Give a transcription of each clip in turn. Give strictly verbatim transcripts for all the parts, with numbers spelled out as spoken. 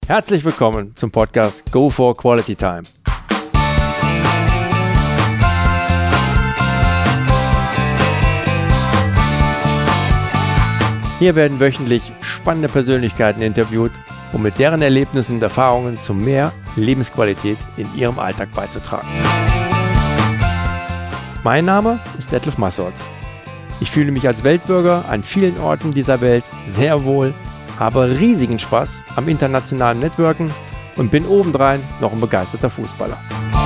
Herzlich willkommen zum Podcast Go for Quality Time. Hier werden wöchentlich spannende Persönlichkeiten interviewt, um mit deren Erlebnissen und Erfahrungen zu mehr Lebensqualität in ihrem Alltag beizutragen. Mein Name ist Detlef Massortz. Ich fühle mich als Weltbürger an vielen Orten dieser Welt sehr wohl, habe riesigen Spaß am internationalen Networken und bin obendrein noch ein begeisterter Fußballer.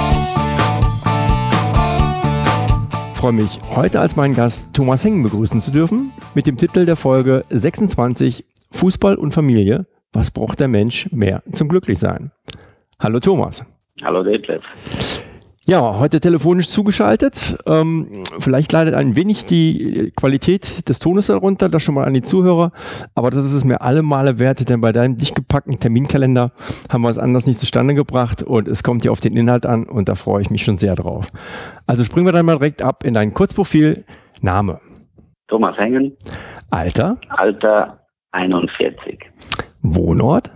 Ich freue mich, heute als meinen Gast Thomas Hengen begrüßen zu dürfen, mit dem Titel der Folge sechsundzwanzig Fußball und Familie. Was braucht der Mensch mehr zum Glücklichsein? Hallo Thomas. Hallo Detlef. Ja, heute telefonisch zugeschaltet. Ähm, vielleicht leidet ein wenig die Qualität des Tones darunter, das schon mal an die Zuhörer. Aber das ist es mir alle Male wert, denn bei deinem dicht gepackten Terminkalender haben wir es anders nicht zustande gebracht und es kommt hier auf den Inhalt an und da freue ich mich schon sehr drauf. Also springen wir dann mal direkt ab in dein Kurzprofil. Name? Thomas Hengen. Alter? Alter einundvierzig. Wohnort?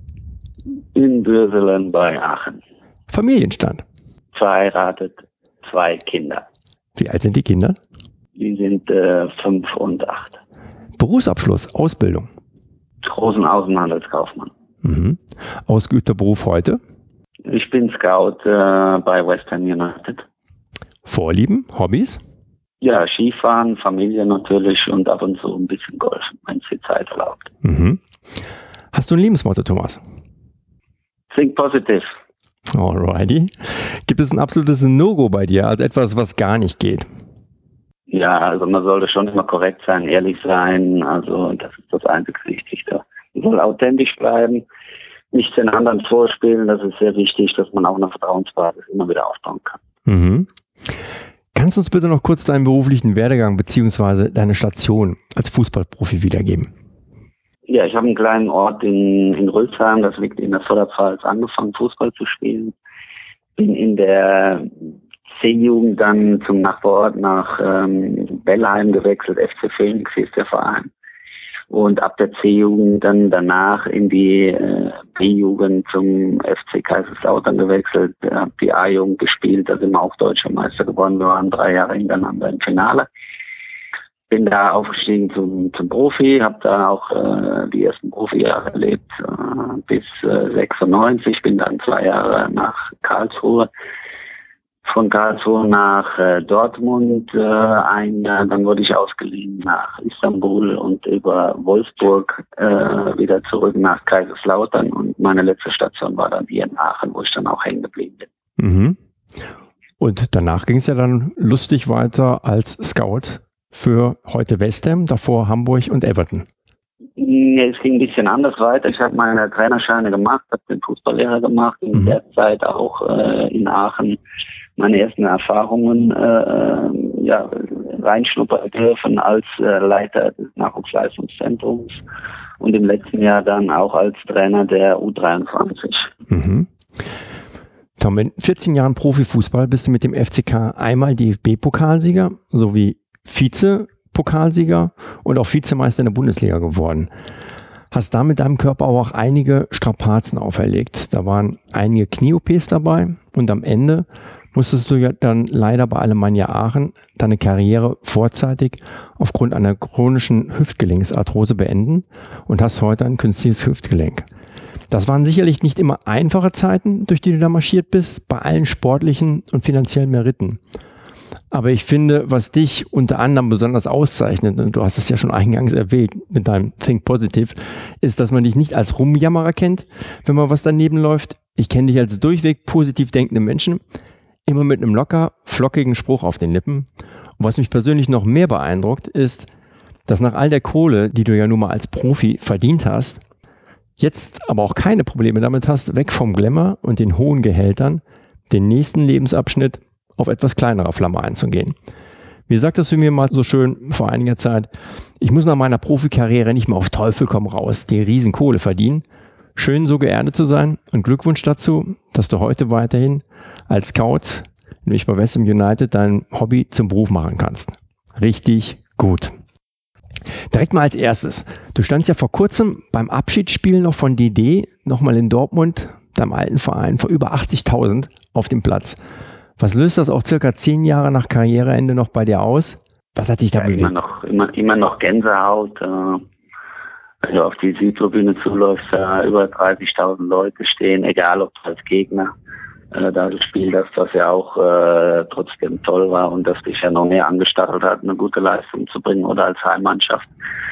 In Würselen bei Aachen. Familienstand? Verheiratet, zwei Kinder. Wie alt sind die Kinder? Die sind äh, fünf und acht. Berufsabschluss, Ausbildung? Großen Außenhandelskaufmann. Mhm. Ausgeübter Beruf heute? Ich bin Scout äh, bei West Ham United. Vorlieben, Hobbys? Ja, Skifahren, Familie natürlich und ab und zu ein bisschen Golfen, wenn es die Zeit erlaubt. Mhm. Hast du ein Lebensmotto, Thomas? Think positive. Alrighty. Gibt es ein absolutes No-Go bei dir, also etwas, was gar nicht geht? Ja, also man sollte schon immer korrekt sein, ehrlich sein, also das ist das einzig Wichtigste. Man soll authentisch bleiben, nichts den anderen vorspielen, das ist sehr wichtig, dass man auch eine Vertrauensbasis immer wieder aufbauen kann. Mhm. Kannst du uns bitte noch kurz deinen beruflichen Werdegang bzw. deine Station als Fußballprofi wiedergeben? Ja, ich habe einen kleinen Ort in, in Rülsheim, das liegt in der Vorderpfalz, angefangen Fußball zu spielen. Bin in der C-Jugend dann zum Nachbarort nach ähm, Bellheim gewechselt, F C Phoenix hieß der Verein. Und ab der C-Jugend dann danach in die äh, B-Jugend zum F C Kaiserslautern gewechselt, habe die A-Jugend gespielt, da sind wir auch Deutscher Meister geworden, wir waren drei Jahre hintereinander im Finale. Bin da aufgestiegen zum, zum Profi, habe da auch äh, die ersten Profijahre erlebt äh, bis äh, sechsundneunzig, bin dann zwei Jahre nach Karlsruhe, von Karlsruhe nach äh, Dortmund äh, ein Jahr, dann wurde ich ausgeliehen nach Istanbul und über Wolfsburg äh, wieder zurück nach Kaiserslautern und meine letzte Station war dann hier in Aachen, wo ich dann auch hängen geblieben bin. Mhm. Und danach ging es ja dann lustig weiter als Scout für heute West Ham, davor Hamburg und Everton. Ja, es ging ein bisschen anders weiter. Ich habe meine Trainerscheine gemacht, habe den Fußballlehrer gemacht, in mhm. der Zeit auch äh, in Aachen meine ersten Erfahrungen äh, ja, reinschnuppern dürfen als äh, Leiter des Nachwuchsleistungszentrums und im letzten Jahr dann auch als Trainer der U dreiundzwanzig. Mhm. Tom, in vierzehn Jahren Profifußball bist du mit dem F C K einmal D F B-Pokalsieger sowie Vize-Pokalsieger und auch Vizemeister in der Bundesliga geworden. Hast damit deinem Körper aber auch einige Strapazen auferlegt. Da waren einige Knie-O Ps dabei und am Ende musstest du ja dann leider bei Alemannia Aachen deine Karriere vorzeitig aufgrund einer chronischen Hüftgelenksarthrose beenden und hast heute ein künstliches Hüftgelenk. Das waren sicherlich nicht immer einfache Zeiten, durch die du da marschiert bist, bei allen sportlichen und finanziellen Meriten. Aber ich finde, was dich unter anderem besonders auszeichnet, und du hast es ja schon eingangs erwähnt mit deinem Think Positive, ist, dass man dich nicht als Rumjammerer kennt, wenn mal was daneben läuft. Ich kenne dich als durchweg positiv denkende Menschen, immer mit einem locker, flockigen Spruch auf den Lippen. Und was mich persönlich noch mehr beeindruckt, ist, dass nach all der Kohle, die du ja nun mal als Profi verdient hast, jetzt aber auch keine Probleme damit hast, weg vom Glamour und den hohen Gehältern, den nächsten Lebensabschnitt auf etwas kleinerer Flamme einzugehen. Wie sagtest du mir mal so schön vor einiger Zeit, ich muss nach meiner Profikarriere nicht mehr auf Teufel komm raus die Riesenkohle verdienen. Schön so geerdet zu sein und Glückwunsch dazu, dass du heute weiterhin als Scout, nämlich bei West Ham United, dein Hobby zum Beruf machen kannst. Richtig gut. Direkt mal als erstes. Du standst ja vor kurzem beim Abschiedsspiel noch von D D, nochmal in Dortmund, deinem alten Verein, vor über achtzigtausend auf dem Platz. Was löst das auch circa zehn Jahre nach Karriereende noch bei dir aus? Was hat dich da ja, bewegt? Immer noch, immer, immer noch Gänsehaut. Äh, wenn du auf die Südtribüne zuläufst, da über dreißigtausend Leute stehen, egal ob du als Gegner äh, da gespielt hast, was ja auch äh, trotzdem toll war und das dich ja noch mehr angestachelt hat, eine gute Leistung zu bringen oder als Heimmannschaft.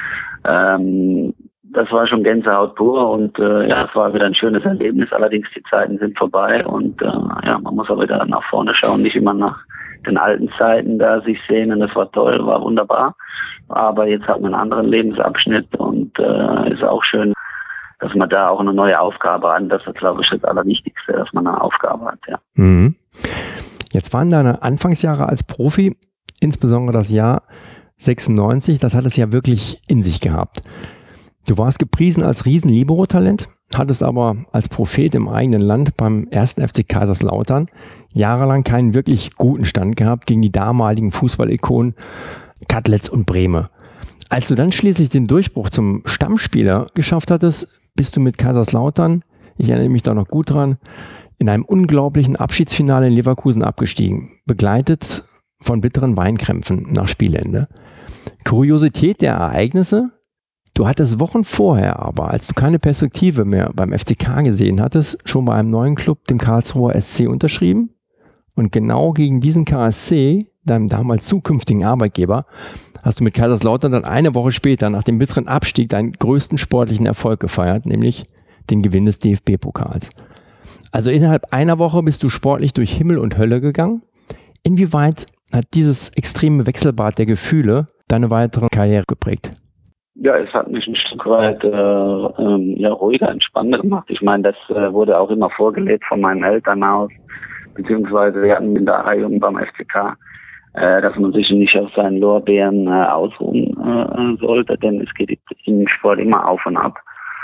Ähm, das war schon Gänsehaut pur und äh, ja, es war wieder ein schönes Erlebnis. Allerdings die Zeiten sind vorbei und äh, ja, man muss auch wieder nach vorne schauen, nicht immer nach den alten Zeiten da sich sehnen. Das war toll, war wunderbar. Aber jetzt hat man einen anderen Lebensabschnitt und äh, ist auch schön, dass man da auch eine neue Aufgabe hat. Das ist, glaube ich, das Allerwichtigste, dass man eine Aufgabe hat. Ja. Mhm. Jetzt waren deine Anfangsjahre als Profi, insbesondere das Jahr sechsundneunzig, das hat es ja wirklich in sich gehabt. Du warst gepriesen als Riesen-Libero-Talent, hattest aber als Prophet im eigenen Land beim ersten F C Kaiserslautern jahrelang keinen wirklich guten Stand gehabt gegen die damaligen Fußball-Ikonen Katlitz und Brehme. Als du dann schließlich den Durchbruch zum Stammspieler geschafft hattest, bist du mit Kaiserslautern, ich erinnere mich da noch gut dran, in einem unglaublichen Abschiedsfinale in Leverkusen abgestiegen, begleitet von bitteren Weinkrämpfen nach Spielende. Kuriosität der Ereignisse: Du hattest Wochen vorher aber, als du keine Perspektive mehr beim F C K gesehen hattest, schon bei einem neuen Club, dem Karlsruher S C, unterschrieben. Und genau gegen diesen K S C, deinem damals zukünftigen Arbeitgeber, hast du mit Kaiserslautern dann eine Woche später nach dem bitteren Abstieg deinen größten sportlichen Erfolg gefeiert, nämlich den Gewinn des D F B-Pokals. Also innerhalb einer Woche bist du sportlich durch Himmel und Hölle gegangen. Inwieweit hat dieses extreme Wechselbad der Gefühle deine weitere Karriere geprägt? Ja, es hat mich ein Stück weit äh, ähm, ja, ruhiger, entspannter gemacht. Ich meine, das äh, wurde auch immer vorgelebt von meinen Eltern aus, beziehungsweise wir hatten in der A-Jugend beim F C K, äh, dass man sich nicht auf seinen Lorbeeren äh, ausruhen äh, sollte, denn es geht im Sport immer auf und ab.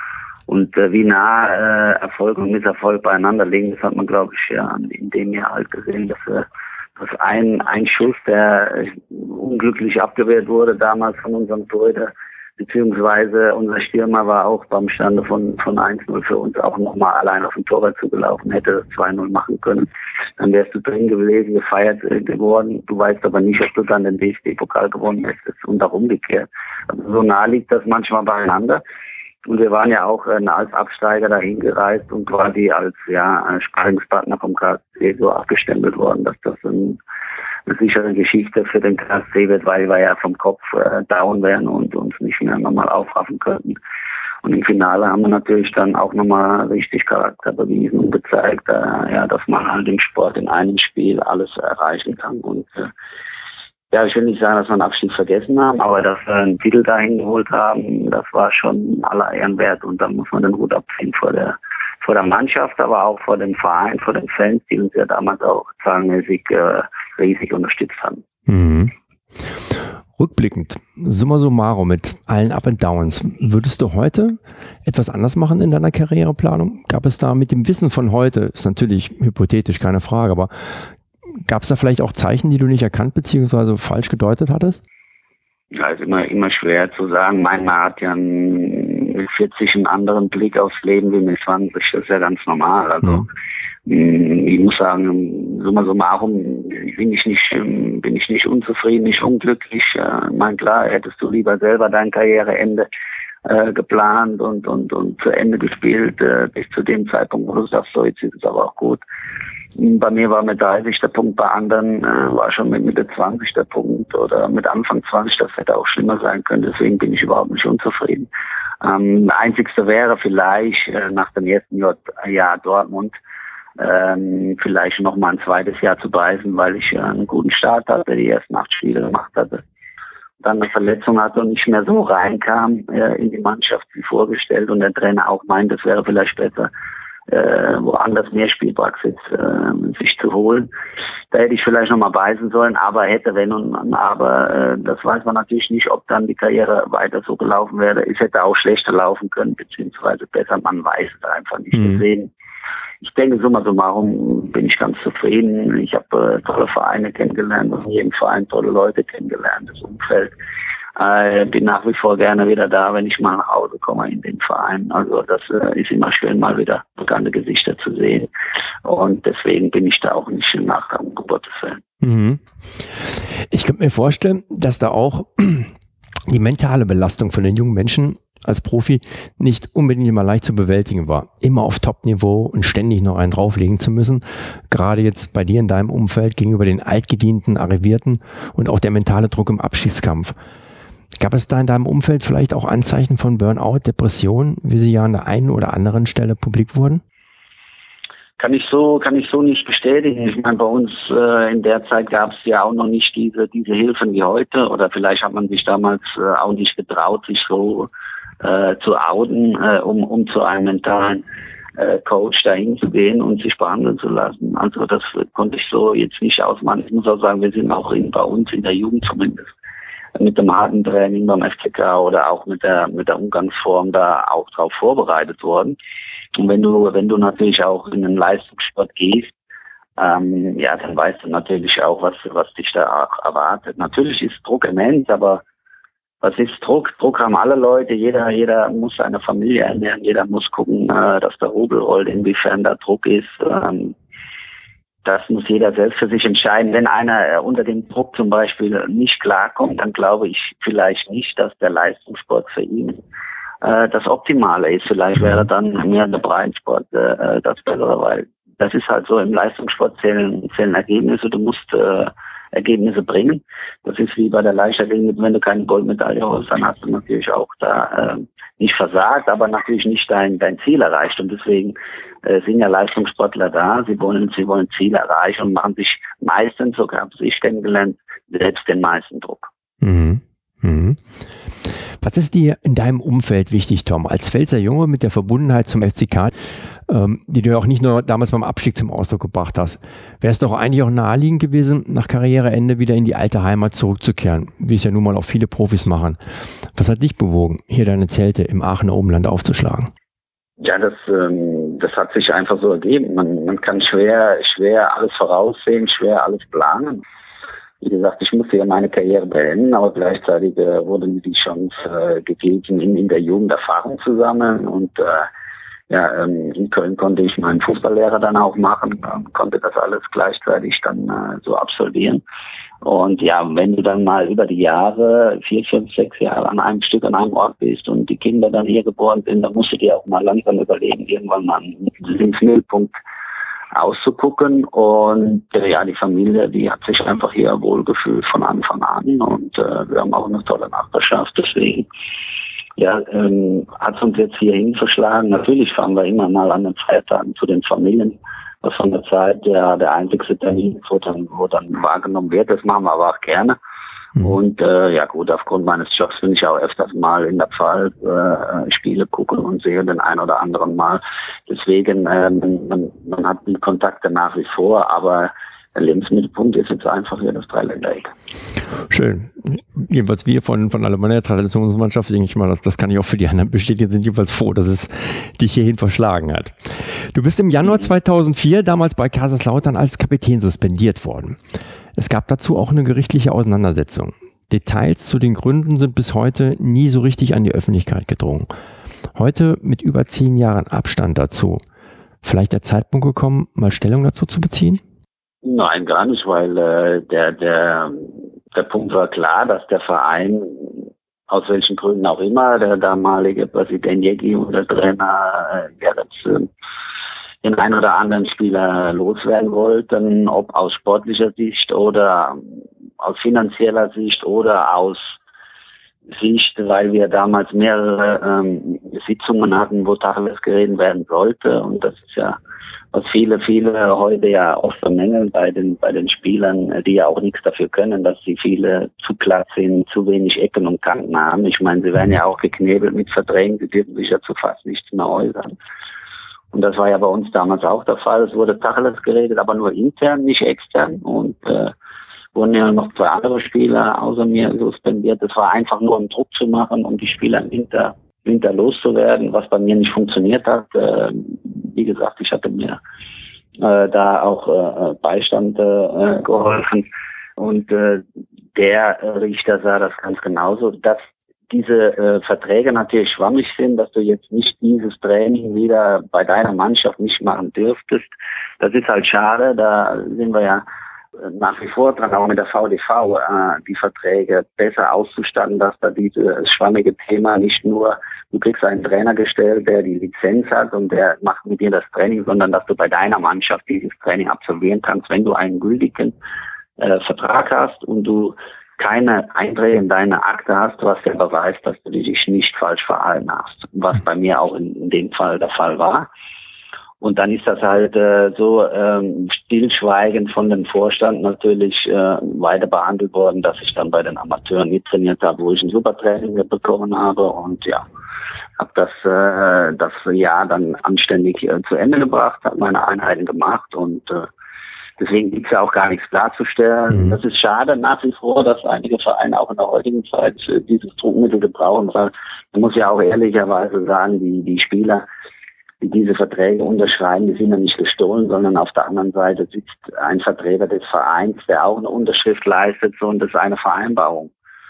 Und äh, wie nah äh, Erfolg und Misserfolg beieinander liegen, das hat man, glaube ich, ja in dem Jahr halt gesehen, dass wir dass ein, ein Schuss, der äh, unglücklich abgewehrt wurde damals von unserem Torhüter, beziehungsweise unser Stürmer war auch beim Stande von, von eins null für uns auch nochmal allein auf den Torwart zugelaufen, hätte zwei null machen können. Dann wärst du drin gewesen, gefeiert äh, geworden. Du weißt aber nicht, ob du dann den D F B-Pokal gewonnen hättest und auch umgekehrt. Also so nah liegt das manchmal beieinander. Und wir waren ja auch äh, als Absteiger dahin gereist und quasi als ja Sparringspartner vom K S C so abgestempelt worden, dass das ein eine sichere Geschichte für den K S C wird, weil wir ja vom Kopf äh, down wären und uns nicht mehr nochmal aufraffen könnten. Und im Finale haben wir natürlich dann auch nochmal richtig Charakter bewiesen und gezeigt, äh, ja, dass man halt im Sport in einem Spiel alles erreichen kann. Und äh, ja, ich will nicht sagen, dass wir einen Abschied vergessen haben, aber dass wir einen Titel dahin geholt haben, das war schon aller Ehren wert. Und da muss man den Hut abziehen vor der vor der Mannschaft, aber auch vor dem Verein, vor den Fans, die uns ja damals auch zahlenmäßig äh, riesig unterstützt haben. Mhm. Rückblickend, summa summarum mit allen Up and Downs, würdest du heute etwas anders machen in deiner Karriereplanung? Gab es da mit dem Wissen von heute, ist natürlich hypothetisch, keine Frage, aber gab es da vielleicht auch Zeichen, die du nicht erkannt bzw. falsch gedeutet hattest? Ja, ist immer, immer schwer zu sagen. Mein Mann hat ja einen, mit vierzig einen anderen Blick aufs Leben wie mit zwanzig. Das ist ja ganz normal. Also, mhm. ich muss sagen, summa summarum bin ich nicht, bin ich nicht unzufrieden, nicht unglücklich. Ich meine, klar, hättest du lieber selber dein Karriereende äh, geplant und, und, und zu Ende gespielt, äh, bis zu dem Zeitpunkt, wo du sagst, so, jetzt ist es aber auch gut. Bei mir war mit dreißig der Punkt, bei anderen äh, war schon mit Mitte zwanzig der Punkt oder mit Anfang zwanzig, das hätte auch schlimmer sein können, deswegen bin ich überhaupt nicht unzufrieden. Ähm, einzigste wäre vielleicht äh, nach dem ersten Jahr Dortmund ähm, vielleicht noch mal ein zweites Jahr zu beißen, weil ich äh, einen guten Start hatte, die ersten acht Spiele gemacht hatte. Dann eine Verletzung hatte und nicht mehr so reinkam äh, in die Mannschaft wie vorgestellt und der Trainer auch meint, es wäre vielleicht besser, Äh, woanders mehr Spielpraxis äh, sich zu holen. Da hätte ich vielleicht nochmal beißen sollen, aber hätte, wenn und aber äh, das weiß man natürlich nicht, ob dann die Karriere weiter so gelaufen wäre. Es hätte auch schlechter laufen können, beziehungsweise besser, man weiß es einfach nicht. Mhm. Deswegen, ich denke, summa summarum bin ich ganz zufrieden. Ich habe äh, tolle Vereine kennengelernt, in jedem Verein tolle Leute kennengelernt, das Umfeld Äh, bin nach wie vor gerne wieder da, wenn ich mal nach Hause komme in den Verein. Also das äh, ist immer schön, mal wieder bekannte Gesichter zu sehen. Und deswegen bin ich da auch nicht im Nachgang, um Gottes Willen. Mhm. Ich könnte mir vorstellen, dass da auch die mentale Belastung von den jungen Menschen als Profi nicht unbedingt immer leicht zu bewältigen war. Immer auf Top-Niveau und ständig noch einen drauflegen zu müssen. Gerade jetzt bei dir in deinem Umfeld gegenüber den altgedienten, Arrivierten und auch der mentale Druck im Abschiedskampf. Gab es da in deinem Umfeld vielleicht auch Anzeichen von Burnout, Depression, wie sie ja an der einen oder anderen Stelle publik wurden? Kann ich so, kann ich so nicht bestätigen. Ich meine, bei uns äh, in der Zeit gab es ja auch noch nicht diese diese Hilfen wie heute, oder vielleicht hat man sich damals äh, auch nicht getraut, sich so äh, zu outen, äh, um um zu einem mentalen äh, Coach dahin zu gehen und sich behandeln zu lassen. Also das konnte ich so jetzt nicht ausmachen. Ich muss auch sagen, wir sind auch in, bei uns in der Jugend zumindest mit dem harten Training beim F C K oder auch mit der mit der Umgangsform da auch drauf vorbereitet worden. Und wenn du wenn du natürlich auch in den Leistungssport gehst, ähm, ja, dann weißt du natürlich auch, was was dich da auch erwartet. Natürlich ist Druck immens, aber was ist Druck? Druck haben alle Leute. Jeder jeder muss seine Familie ernähren. Jeder muss gucken, äh, dass der Rubel rollt. Inwiefern da Druck ist. Ähm, Das muss jeder selbst für sich entscheiden. Wenn einer unter dem Druck zum Beispiel nicht klarkommt, dann glaube ich vielleicht nicht, dass der Leistungssport für ihn äh, das Optimale ist. Vielleicht wäre dann mehr der Breitensport äh, das Bessere, weil das ist halt so, im Leistungssport zählen, zählen Ergebnisse. Du musst äh, Ergebnisse bringen. Das ist wie bei der Leichtathletik, wenn du keine Goldmedaille holst, dann hast du natürlich auch da äh, nicht versagt, aber natürlich nicht dein dein Ziel erreicht. Und deswegen äh, sind ja Leistungssportler da. Sie wollen sie wollen Ziele erreichen und machen sich meistens, so habe ich kennengelernt, selbst den meisten Druck. Mhm. Mhm. Was ist dir in deinem Umfeld wichtig, Tom, als Pfälzer Junge mit der Verbundenheit zum F C K, ähm, die du ja auch nicht nur damals beim Abstieg zum Ausdruck gebracht hast? Wäre es doch eigentlich auch naheliegend gewesen, nach Karriereende wieder in die alte Heimat zurückzukehren, wie es ja nun mal auch viele Profis machen. Was hat dich bewogen, hier deine Zelte im Aachener Umland aufzuschlagen? Ja, das ähm, das hat sich einfach so ergeben. Man man kann schwer schwer alles voraussehen, schwer alles planen. Wie gesagt, ich musste ja meine Karriere beenden, aber gleichzeitig äh, wurde mir die Chance äh, gegeben, in, in der Jugend Erfahrung zu sammeln. Und äh, ja, ähm, in Köln konnte ich meinen Fußballlehrer dann auch machen, ähm, konnte das alles gleichzeitig dann äh, so absolvieren. Und ja, wenn du dann mal über die Jahre, vier, fünf, sechs Jahre an einem Stück an einem Ort bist und die Kinder dann hier geboren sind, dann musst du dir auch mal langsam überlegen, irgendwann mal einen Lebensmittelpunkt auszugucken. Und äh, ja, die Familie, die hat sich einfach hier wohlgefühlt von Anfang an, und äh, wir haben auch eine tolle Nachbarschaft. Deswegen ja, ähm, hat es uns jetzt hierhin verschlagen. Natürlich fahren wir immer mal an den Feiertagen zu den Familien, was von der Zeit der der einzigste Termin ist, wo dann, wo dann wahrgenommen wird. Das machen wir aber auch gerne. Mhm. Und äh, ja gut, aufgrund meines Jobs bin ich auch öfters mal in der Pfalz, äh, Spiele gucken und sehe den ein oder anderen Mal. Deswegen, äh, man, man hat die Kontakte nach wie vor, aber der Lebensmittelpunkt ist jetzt einfach hier das Dreiländereck. Schön. Jedenfalls wir von, von Alemannia Traditionsmannschaft, denke ich mal, das, das kann ich auch für die anderen bestätigen, sind jedenfalls froh, dass es dich hierhin verschlagen hat. Du bist im Januar zweitausendvier damals bei Kaiserslautern als Kapitän suspendiert worden. Es gab dazu auch eine gerichtliche Auseinandersetzung. Details zu den Gründen sind bis heute nie so richtig an die Öffentlichkeit gedrungen. Heute mit über zehn Jahren Abstand dazu. Vielleicht der Zeitpunkt gekommen, mal Stellung dazu zu beziehen? Nein, gar nicht, weil äh, der der der Punkt war klar, dass der Verein, aus welchen Gründen auch immer, der damalige Präsident Jecki und der Trainer äh, Gerrit, äh, den einen oder anderen Spieler loswerden wollten, ob aus sportlicher Sicht oder aus finanzieller Sicht oder aus Sicht, weil wir damals mehrere ähm, Sitzungen hatten, wo Tacheles geredet werden sollte. Und das ist ja, was viele, viele heute ja oft bemängeln bei den bei den Spielern, die ja auch nichts dafür können, dass sie viele zu glatt sind, zu wenig Ecken und Kanten haben. Ich meine, sie werden ja auch geknebelt mit Verträgen, sie dürfen sich ja zu fast nichts mehr äußern. Und das war ja bei uns damals auch der Fall. Es wurde Tacheles geredet, aber nur intern, nicht extern. Und äh, wurden ja noch zwei andere Spieler außer mir suspendiert. Es war einfach nur, um Druck zu machen, um die Spieler im Winter, Winter loszuwerden, was bei mir nicht funktioniert hat. Äh, wie gesagt, ich hatte mir äh, da auch äh, Beistand äh, geholfen. Und äh, der äh, Richter sah das ganz genauso, dass diese äh, Verträge natürlich schwammig sind, dass du jetzt nicht dieses Training wieder bei deiner Mannschaft nicht machen dürftest. Das ist halt schade, da sind wir ja nach wie vor dran, auch mit der V D V, äh, die Verträge besser auszustatten, dass da dieses schwammige Thema nicht nur, du kriegst einen Trainer gestellt, der die Lizenz hat und der macht mit dir das Training, sondern dass du bei deiner Mannschaft dieses Training absolvieren kannst, wenn du einen gültigen äh, Vertrag hast und du keine Einträge in deine Akte hast, was der beweist, dass du dich nicht falsch verhalten hast, was bei mir auch in, in dem Fall der Fall war. Und dann ist das halt äh, so ähm, stillschweigend von dem Vorstand natürlich äh, weiter behandelt worden, dass ich dann bei den Amateuren mittrainiert habe, wo ich ein super Training bekommen habe und ja, habe das äh, das Jahr dann anständig äh, zu Ende gebracht, habe meine Einheiten gemacht und äh, deswegen gibt es ja auch gar nichts klarzustellen. Mhm. Das ist schade nach wie vor, dass einige Vereine auch in der heutigen Zeit äh, dieses Druckmittel gebrauchen, weil man muss ja auch ehrlicherweise sagen, die die Spieler, die diese Verträge unterschreiben, die sind ja nicht gestohlen, sondern auf der anderen Seite sitzt ein Vertreter des Vereins, der auch eine Unterschrift leistet, so, und das ist eine Vereinbarung.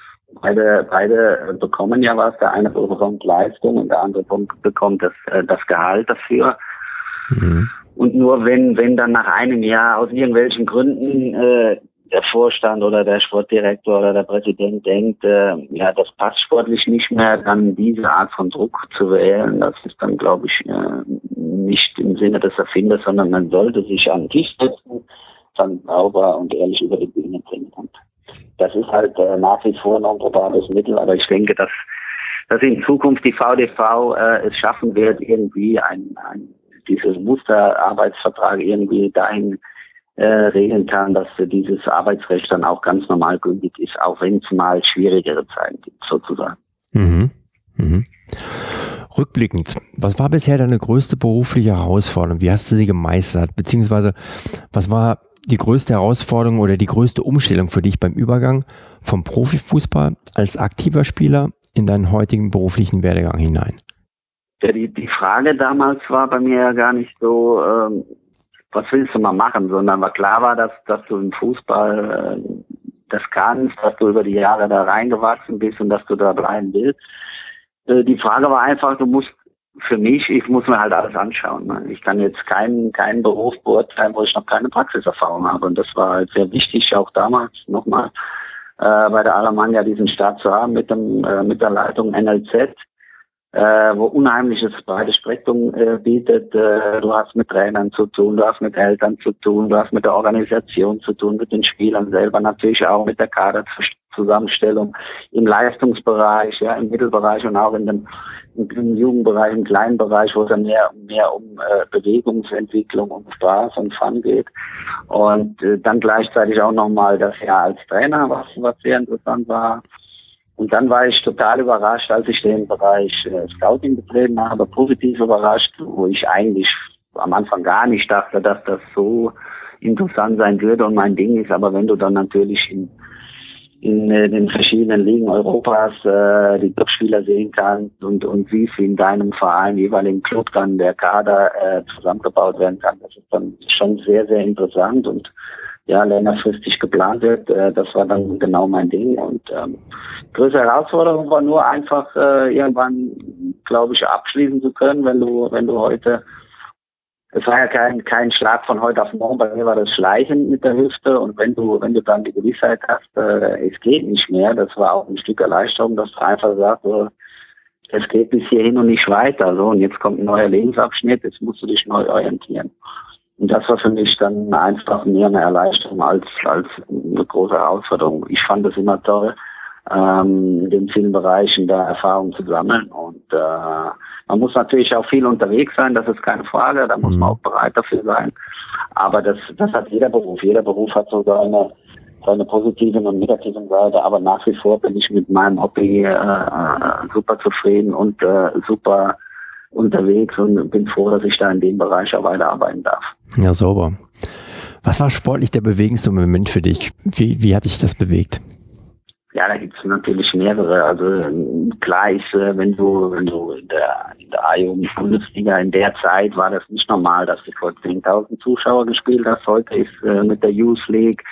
Beide, beide bekommen ja was, der eine bekommt Leistung und der andere bekommt das, das Gehalt dafür. Mhm. Und nur wenn, wenn dann nach einem Jahr aus irgendwelchen Gründen äh, der Vorstand oder der Sportdirektor oder der Präsident denkt, äh, ja, das passt sportlich nicht mehr, dann diese Art von Druck zu wählen, das ist dann, glaube ich, äh, nicht im Sinne des Erfinders, sondern man sollte sich an den Tisch setzen, dann sauber und ehrlich über die Bühne bringen. Und das ist halt äh, nach wie vor noch ein probates Mittel, aber ich denke, dass, dass in Zukunft die V D V äh, es schaffen wird, irgendwie ein, ein dieses Musterarbeitsvertrag irgendwie dahin äh, regeln kann, dass dieses Arbeitsrecht dann auch ganz normal gültig ist, auch wenn es mal schwierigere Zeiten gibt, sozusagen. Mhm. Mhm. Rückblickend, was war bisher deine größte berufliche Herausforderung? Wie hast du sie gemeistert? Beziehungsweise, was war die größte Herausforderung oder die größte Umstellung für dich beim Übergang vom Profifußball als aktiver Spieler in deinen heutigen beruflichen Werdegang hinein? Ja, die, die Frage damals war bei mir ja gar nicht so, ähm, was willst du mal machen, sondern war klar war, dass, dass du im Fußball äh, das kannst, dass du über die Jahre da reingewachsen bist und dass du da bleiben willst. Äh, die Frage war einfach, du musst für mich, ich muss mir halt alles anschauen. Ne? Ich kann jetzt keinen keinen Beruf beurteilen, wo ich noch keine Praxiserfahrung habe. Und das war halt sehr wichtig, auch damals nochmal äh, bei der Alemannia diesen Start zu haben mit dem äh, mit der Leitung N L Z. Äh, wo unheimliches breites Spektrum äh, bietet. Äh, du hast mit Trainern zu tun, du hast mit Eltern zu tun, du hast mit der Organisation zu tun, mit den Spielern selber, natürlich auch mit der Kaderzusammenstellung im Leistungsbereich, ja, im Mittelbereich und auch in dem, im Jugendbereich, im kleinen Bereich, wo es dann mehr, mehr um äh, Bewegungsentwicklung, um Spaß und Fun geht. Und äh, dann gleichzeitig auch nochmal das Jahr als Trainer, was, was sehr interessant war. Und dann war ich total überrascht, als ich den Bereich äh, Scouting betreten habe, positiv überrascht, wo ich eigentlich am Anfang gar nicht dachte, dass das so interessant sein würde und mein Ding ist. Aber wenn du dann natürlich in, in äh, den verschiedenen Ligen Europas äh, die Top-Spieler sehen kannst und, und wie es in deinem Verein, jeweiligen Club dann der Kader äh, zusammengebaut werden kann, das ist dann schon sehr, sehr interessant und ja, längerfristig geplant wird, äh, das war dann genau mein Ding. Und ähm, größte Herausforderung war nur einfach äh, irgendwann, glaube ich, abschließen zu können, wenn du, wenn du heute, es war ja kein kein Schlag von heute auf morgen, bei mir war das Schleichen mit der Hüfte und wenn du, wenn du dann die Gewissheit hast, äh, es geht nicht mehr, das war auch ein Stück Erleichterung, dass du einfach sagst, so, es geht bis hierhin und nicht weiter, so, und jetzt kommt ein neuer Lebensabschnitt, jetzt musst du dich neu orientieren. Und das war für mich dann einfach mehr eine Erleichterung als als eine große Herausforderung. Ich fand es immer toll, ähm, in den vielen Bereichen da Erfahrung zu sammeln. Und äh, man muss natürlich auch viel unterwegs sein, das ist keine Frage, da muss man auch bereit dafür sein. Aber das das hat jeder Beruf. Jeder Beruf hat so seine, seine positiven und negativen Seite. Aber nach wie vor bin ich mit meinem Hobby äh, super zufrieden und äh, super unterwegs und bin froh, dass ich da in dem Bereich auch weiterarbeiten darf. Ja, sauber. Was war sportlich der bewegendste Moment für dich? Wie, wie hat dich das bewegt? Ja, da gibt es natürlich mehrere. Also klar ist, wenn du, wenn du in der, in der A-Jugend-Bundesliga in der Zeit war das nicht normal, dass du vor zehntausend Zuschauer gespielt hast. Heute ist äh, mit der Youth League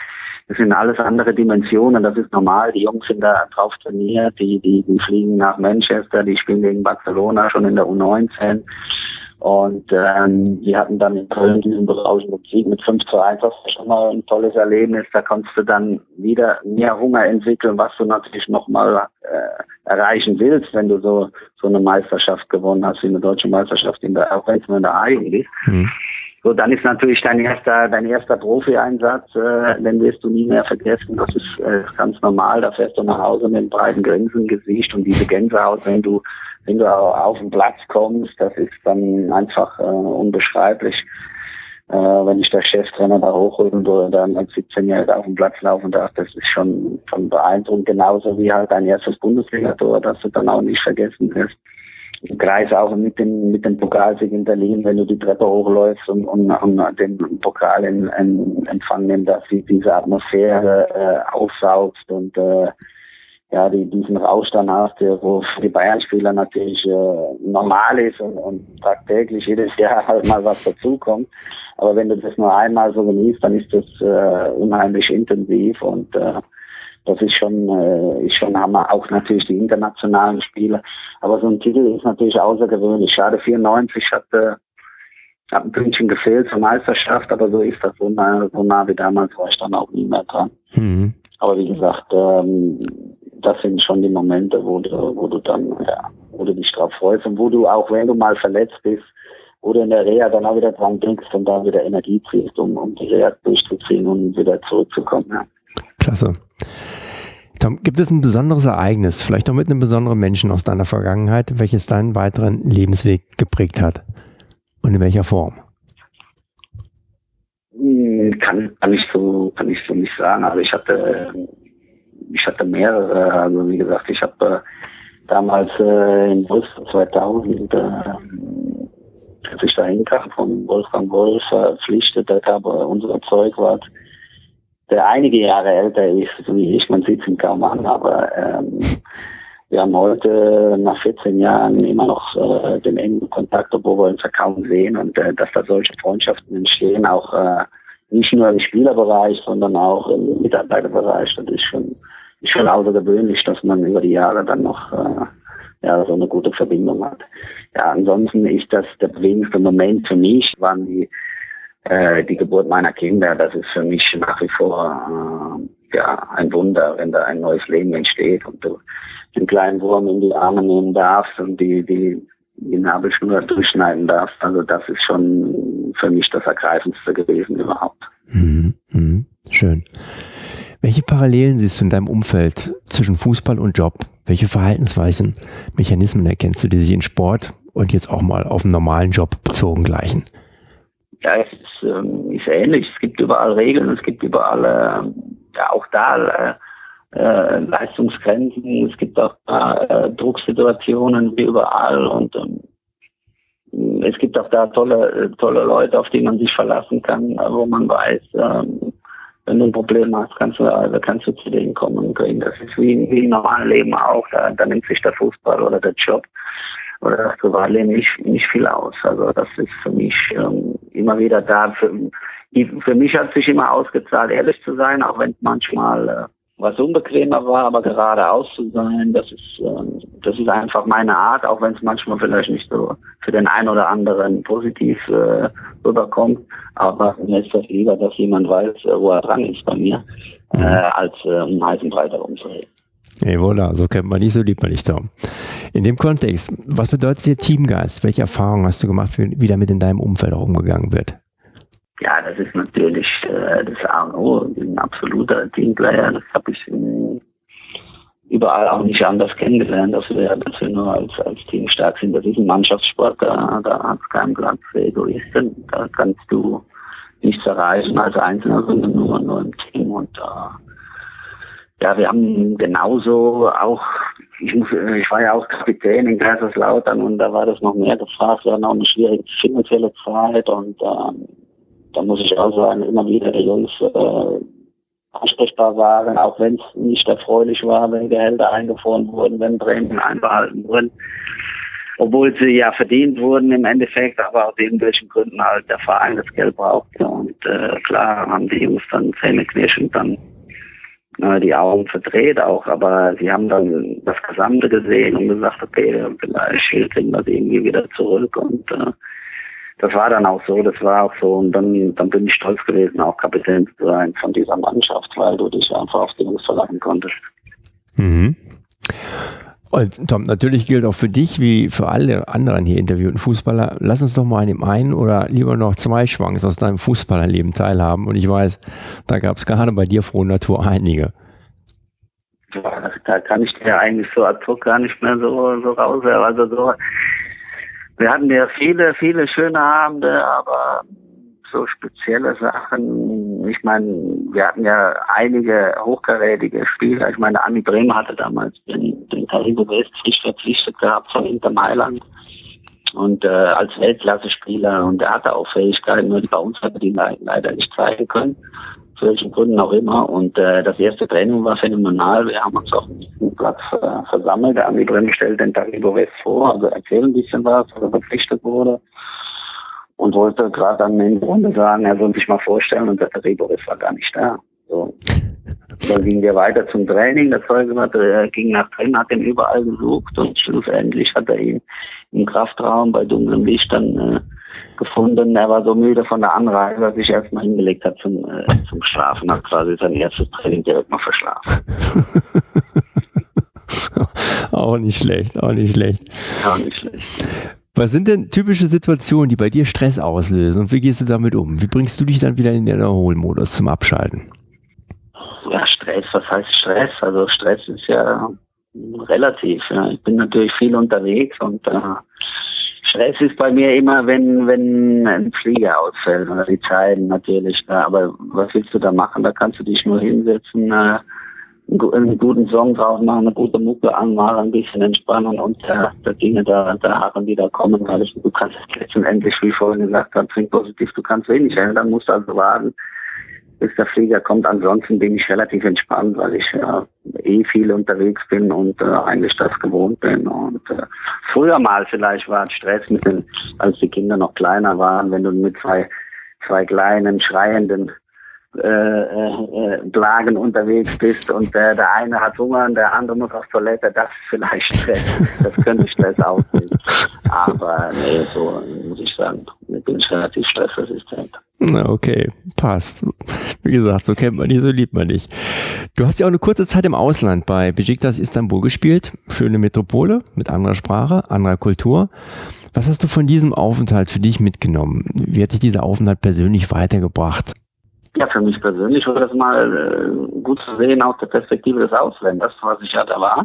das sind alles andere Dimensionen, das ist normal. Die Jungs sind da drauf trainiert, die, die, die fliegen nach Manchester, die spielen gegen Barcelona schon in der U neunzehn. Und ähm, wir hatten dann in Köln diesen berauschenden Sieg mit fünf zu eins. Das ist schon mal ein tolles Erlebnis. Da kannst du dann wieder mehr Hunger entwickeln, was du natürlich nochmal äh, erreichen willst, wenn du so so eine Meisterschaft gewonnen hast, wie eine deutsche Meisterschaft, in der, auch wenn es nur in der A-Jugend ist. Mhm. So, dann ist natürlich dein erster, dein erster Profi-Einsatz, äh, den wirst du nie mehr vergessen. Das ist äh, ganz normal. Da fährst du nach Hause mit einem breiten Grinsen im Gesicht und diese Gänsehaut, wenn du, wenn du auf den Platz kommst, das ist dann einfach äh, unbeschreiblich. Äh, wenn ich der Cheftrainer da hochholen oder dann als siebzehnjähriger auf dem Platz laufen darf, das ist schon, schon beeindruckend. Genauso wie halt dein erstes Bundesliga-Tor, das du dann auch nicht vergessen wirst. Im Kreis auch mit dem, mit dem Pokalsieg in Berlin, wenn du die Treppe hochläufst und, und, und den Pokal in, in Empfang nimmst, dass sie diese Atmosphäre äh, aufsaugst und äh, ja, die, diesen Rausch dann hast, wo für die Bayern-Spieler natürlich äh, normal ist und, und tagtäglich jedes Jahr halt mal was dazukommt. Aber wenn du das nur einmal so genießt, dann ist das äh, unheimlich intensiv und äh, das ist schon, äh, ist schon Hammer. Auch natürlich die internationalen Spiele. Aber so ein Titel ist natürlich außergewöhnlich. Schade, vierundneunzig hatte, hat ein Pünktchen gefehlt zur Meisterschaft, aber so ist das. So nah, so nah wie damals war ich dann auch nie mehr dran. Mhm. Aber wie gesagt, ähm, das sind schon die Momente, wo du, wo du dann, ja, wo du dich drauf freust und wo du auch, wenn du mal verletzt bist, wo du in der Reha dann auch wieder dran denkst und da wieder Energie ziehst, um, um die Reha durchzuziehen und wieder zurückzukommen. Ja. Klasse. Tom, gibt es ein besonderes Ereignis, vielleicht auch mit einem besonderen Menschen aus deiner Vergangenheit, welches deinen weiteren Lebensweg geprägt hat? Und in welcher Form? Kann, kann ich so, kann ich so nicht sagen. Also ich hatte, ich hatte mehrere. Also wie gesagt, ich habe äh, damals äh, in Wolfsburg zweitausend, äh, als ich da hinkam, von Wolfgang Wolf verpflichtet, der gab unser Zeugwart, der einige Jahre älter ist, so wie ich, man sieht es ihm kaum an, aber ähm, wir haben heute nach vierzehn Jahren immer noch äh, den engen Kontakt, obwohl wir uns ja kaum sehen und äh, dass da solche Freundschaften entstehen, auch äh, nicht nur im Spielerbereich, sondern auch im Mitarbeiterbereich, das ist schon, ist schon außergewöhnlich, dass man über die Jahre dann noch äh, ja, so eine gute Verbindung hat. Ja, ansonsten ist das der bewegendste Moment für mich, waren die die Geburt meiner Kinder. Das ist für mich nach wie vor äh, ja ein Wunder, wenn da ein neues Leben entsteht und du den kleinen Wurm in die Arme nehmen darfst und die die die Nabelschnur durchschneiden darfst. Also das ist schon für mich das Ergreifendste gewesen überhaupt. Mhm, mhm, schön. Welche Parallelen siehst du in deinem Umfeld zwischen Fußball und Job? Welche Verhaltensweisen, Mechanismen erkennst du, die sich in Sport und jetzt auch mal auf einen normalen Job bezogen gleichen? Ja, es ist, ähm, ist ähnlich. Es gibt überall Regeln, es gibt überall äh, ja, auch da äh, äh, Leistungsgrenzen, es gibt auch da äh, Drucksituationen wie überall und ähm, es gibt auch da tolle, tolle Leute, auf die man sich verlassen kann, wo man weiß, ähm, wenn du ein Problem hast, kannst du, also kannst du zu denen kommen und kriegen. Das ist wie, wie im normalen Leben auch. Da, da nimmt sich der Fußball oder der Job oder das Privatleben nicht, nicht viel aus. Also das ist für mich ähm, immer wieder da. Für, für mich hat es sich immer ausgezahlt, ehrlich zu sein, auch wenn es manchmal äh, was unbequemer war, aber geradeaus zu sein, das ist, ähm, das ist einfach meine Art, auch wenn es manchmal vielleicht nicht so für den einen oder anderen positiv äh, rüberkommt. Aber mir ist das lieber, dass jemand weiß, wo er dran ist bei mir, äh, als äh, um heißen Brei darum zu reden. Hey, voilà, so kennt man dich, so liebt man dich, Tom. In dem Kontext, was bedeutet dir Teamgeist? Welche Erfahrungen hast du gemacht, wie da mit in deinem Umfeld auch umgegangen wird? Ja, das ist natürlich äh, das A und O, ein absoluter Teamplayer. Das habe ich äh, überall auch nicht anders kennengelernt, dass wir, dass wir nur als, als Team stark sind. Das ist ein Mannschaftssport, da, da hat es keinen Platz für Egoisten. Da kannst du nichts erreichen als Einzelner, sondern nur, nur im Team. Und äh, ja, wir haben genauso auch, ich, muss, ich war ja auch Kapitän in Kaiserslautern und da war das noch mehr gefragt. Wir hatten auch eine schwierige finanzielle Zeit und äh, da muss ich auch sagen, immer wieder die Jungs äh, ansprechbar waren, auch wenn es nicht erfreulich war, wenn Gehälter eingefroren wurden, wenn Prämien einbehalten wurden. Obwohl sie ja verdient wurden im Endeffekt, aber aus irgendwelchen Gründen halt der Verein das Geld brauchte. Und äh, klar haben die Jungs dann zähneknirschend dann äh, die Augen verdreht auch, aber sie haben dann das Gesamte gesehen und gesagt, okay, vielleicht kriegen wir das irgendwie wieder zurück und äh, das war dann auch so, das war auch so und dann, dann bin ich stolz gewesen, auch Kapitän zu sein von dieser Mannschaft, weil du dich einfach auf die Jungs verlassen konntest. Mhm. Und Tom, natürlich gilt auch für dich wie für alle anderen hier interviewten Fußballer, lass uns doch mal an dem einen oder lieber noch zwei Schwanks aus deinem Fußballerleben teilhaben. Und ich weiß, da gab es gerade bei dir frohe Natur einige. Ja, da kann ich dir eigentlich so ad hoc gar nicht mehr so, so raus. Also so, wir hatten ja viele, viele schöne Abende, aber so spezielle Sachen. Ich meine, wir hatten ja einige hochkarätige Spieler. Ich meine, Andi Bremer hatte damals den, den Taribo West frisch verpflichtet gehabt von Inter Mailand und äh, als Weltklasse-Spieler und er hatte auch Fähigkeiten, nur die bei uns hat er die leider nicht zeigen können. Für welchen Gründen auch immer. Und äh, das erste Training war phänomenal. Wir haben uns auf dem Platz äh, versammelt. Der Andi Bremer stellt den Taribo West vor, also erzählt ein bisschen was, was er verpflichtet wurde. Und wollte gerade dann in der Runde sagen, er soll sich mal vorstellen und der Taribo West war gar nicht da. So. Dann gingen wir weiter zum Training. Der Zeuge hat, er ging nach drin, hat ihn überall gesucht und schlussendlich hat er ihn im Kraftraum bei dunklem Licht dann äh, gefunden. Er war so müde von der Anreise, dass sich erstmal hingelegt hat zum, äh, zum Schlafen. Hat quasi sein erstes Training direkt mal verschlafen. Auch nicht schlecht, auch nicht schlecht. Auch nicht schlecht. Was sind denn typische Situationen, die bei dir Stress auslösen und wie gehst du damit um? Wie bringst du dich dann wieder in den Erholmodus zum Abschalten? Ja, Stress, was heißt Stress? Also Stress ist ja relativ. Ja. Ich bin natürlich viel unterwegs und äh, Stress ist bei mir immer, wenn wenn ein Flieger ausfällt oder die Zeiten natürlich. Ja. Aber was willst du da machen? Da kannst du dich nur hinsetzen, äh, einen guten Song drauf machen, eine gute Mucke anmachen, ein bisschen entspannen und äh, der Dinge da, da haben, die da kommen, weil ich, du kannst letztendlich, wie ich vorhin gesagt habe, trink positiv, du kannst wenig ändern, musst also warten, bis der Flieger kommt. Ansonsten bin ich relativ entspannt, weil ich ja eh viel unterwegs bin und äh, eigentlich das gewohnt bin. Und äh, früher mal vielleicht war es Stress mit den, als die Kinder noch kleiner waren, wenn du mit zwei, zwei kleinen, schreienden Äh, äh, Blagen unterwegs bist und äh, der eine hat Hunger und der andere muss auf Toilette, das ist vielleicht Stress. Das könnte Stress aussehen. Aber nee, so muss ich sagen, ich bin relativ stressresistent. Na okay, passt. Wie gesagt, so kennt man die, so liebt man dich. Du hast ja auch eine kurze Zeit im Ausland bei Besiktas Istanbul gespielt. Schöne Metropole mit anderer Sprache, anderer Kultur. Was hast du von diesem Aufenthalt für dich mitgenommen? Wie hat dich dieser Aufenthalt persönlich weitergebracht? Ja, für mich persönlich war das mal äh, gut zu sehen aus der Perspektive des Ausländers, was ich ja da war.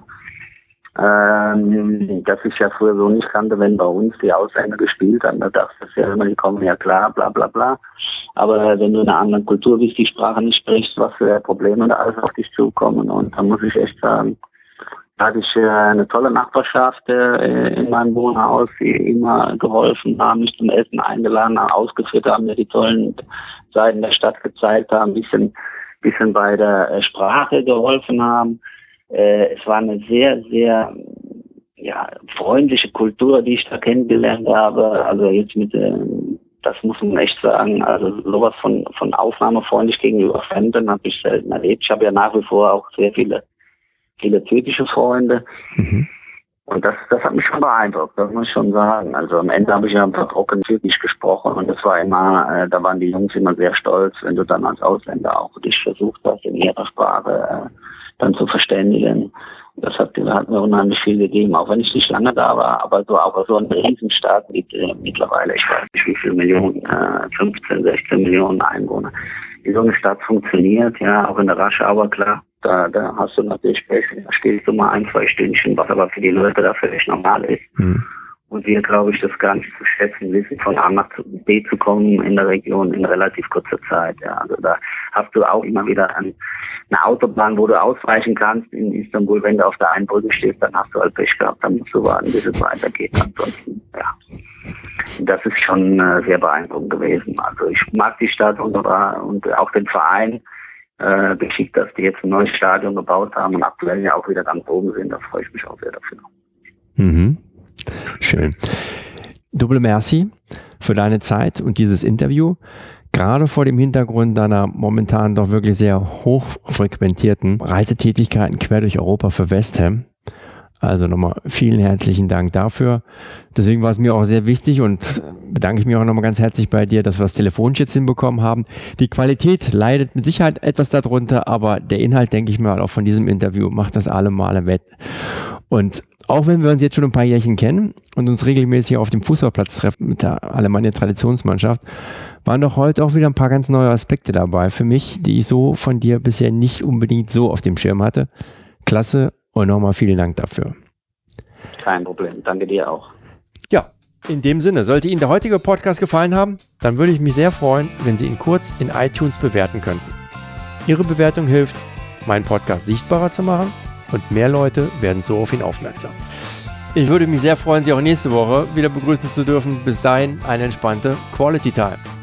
Ähm, dass ich ja früher so nicht kannte, wenn bei uns die Ausländer gespielt haben, da dachte ich ja immer, die kommen ja klar, bla bla bla. Aber wenn du in einer anderen Kultur bist, die Sprache nicht sprichst, was für Probleme da alles auf dich zukommen. Und da muss ich echt sagen, da hatte ich äh, eine tolle Nachbarschaft äh, in meinem Wohnhaus, die immer geholfen haben, mich zum Essen eingeladen haben, ausgeführt haben, mir die tollen Seiten der Stadt gezeigt haben, ein bisschen, bisschen bei der äh, Sprache geholfen haben. Äh, es war eine sehr, sehr ja, freundliche Kultur, die ich da kennengelernt habe. Also jetzt mit, äh, das muss man echt sagen, also sowas von, von aufnahmefreundlich gegenüber Fremden habe ich selten erlebt. Ich habe ja nach wie vor auch sehr viele viele türkische Freunde. Mhm. Und das, das hat mich schon beeindruckt, das muss ich schon sagen. Also am Ende habe ich ja ein paar trocken Türkisch gesprochen und das war immer, äh, da waren die Jungs immer sehr stolz, wenn du dann als Ausländer auch dich versucht hast, in ihrer Sprache äh, dann zu verständigen. Das hat, hat mir unheimlich viel gegeben, auch wenn ich nicht lange da war, aber so, aber so ein Riesenstaat mit äh, mittlerweile, ich weiß nicht wie viele Millionen, äh, fünfzehn, sechzehn Millionen Einwohner. Wie so eine Stadt funktioniert, ja, auch in der Raschauer, klar. Da, da hast du natürlich Pech, da stehst du mal ein, zwei Stündchen, was aber für die Leute da völlig normal ist. Mhm. Und wir, glaube ich, das gar nicht zu schätzen wissen, von A nach B zu kommen in der Region in relativ kurzer Zeit. Ja, also da hast du auch immer wieder ein, eine Autobahn, wo du ausweichen kannst in Istanbul. Wenn du auf der einen Brücke stehst, dann hast du halt Pech gehabt, dann musst du warten, bis es weitergeht. Ansonsten, ja. Das ist schon äh, sehr beeindruckend gewesen. Also ich mag die Stadt und, und auch den Verein. Äh, geschickt, dass die jetzt ein neues Stadion gebaut haben und aktuell ja auch wieder ganz oben sind. Da freue ich mich auch sehr dafür. Mhm. Schön. Double merci für deine Zeit und dieses Interview. gerade vor dem Hintergrund deiner momentan doch wirklich sehr hochfrequentierten Reisetätigkeiten quer durch Europa für West Ham. Also nochmal vielen herzlichen Dank dafür. Deswegen war es mir auch sehr wichtig und bedanke ich mich auch nochmal ganz herzlich bei dir, dass wir das telefonisch jetzt hinbekommen haben. Die Qualität leidet mit Sicherheit etwas darunter, aber der Inhalt, denke ich mal, auch von diesem Interview macht das alle Male wett. Und auch wenn wir uns jetzt schon ein paar Jährchen kennen und uns regelmäßig auf dem Fußballplatz treffen mit der Alemannia Traditionsmannschaft, waren doch heute auch wieder ein paar ganz neue Aspekte dabei für mich, die ich so von dir bisher nicht unbedingt so auf dem Schirm hatte. Klasse. Und nochmal vielen Dank dafür. Kein Problem, danke dir auch. Ja, in dem Sinne, sollte Ihnen der heutige Podcast gefallen haben, dann würde ich mich sehr freuen, wenn Sie ihn kurz in iTunes bewerten könnten. Ihre Bewertung hilft, meinen Podcast sichtbarer zu machen und mehr Leute werden so auf ihn aufmerksam. Ich würde mich sehr freuen, Sie auch nächste Woche wieder begrüßen zu dürfen. Bis dahin eine entspannte Quality Time.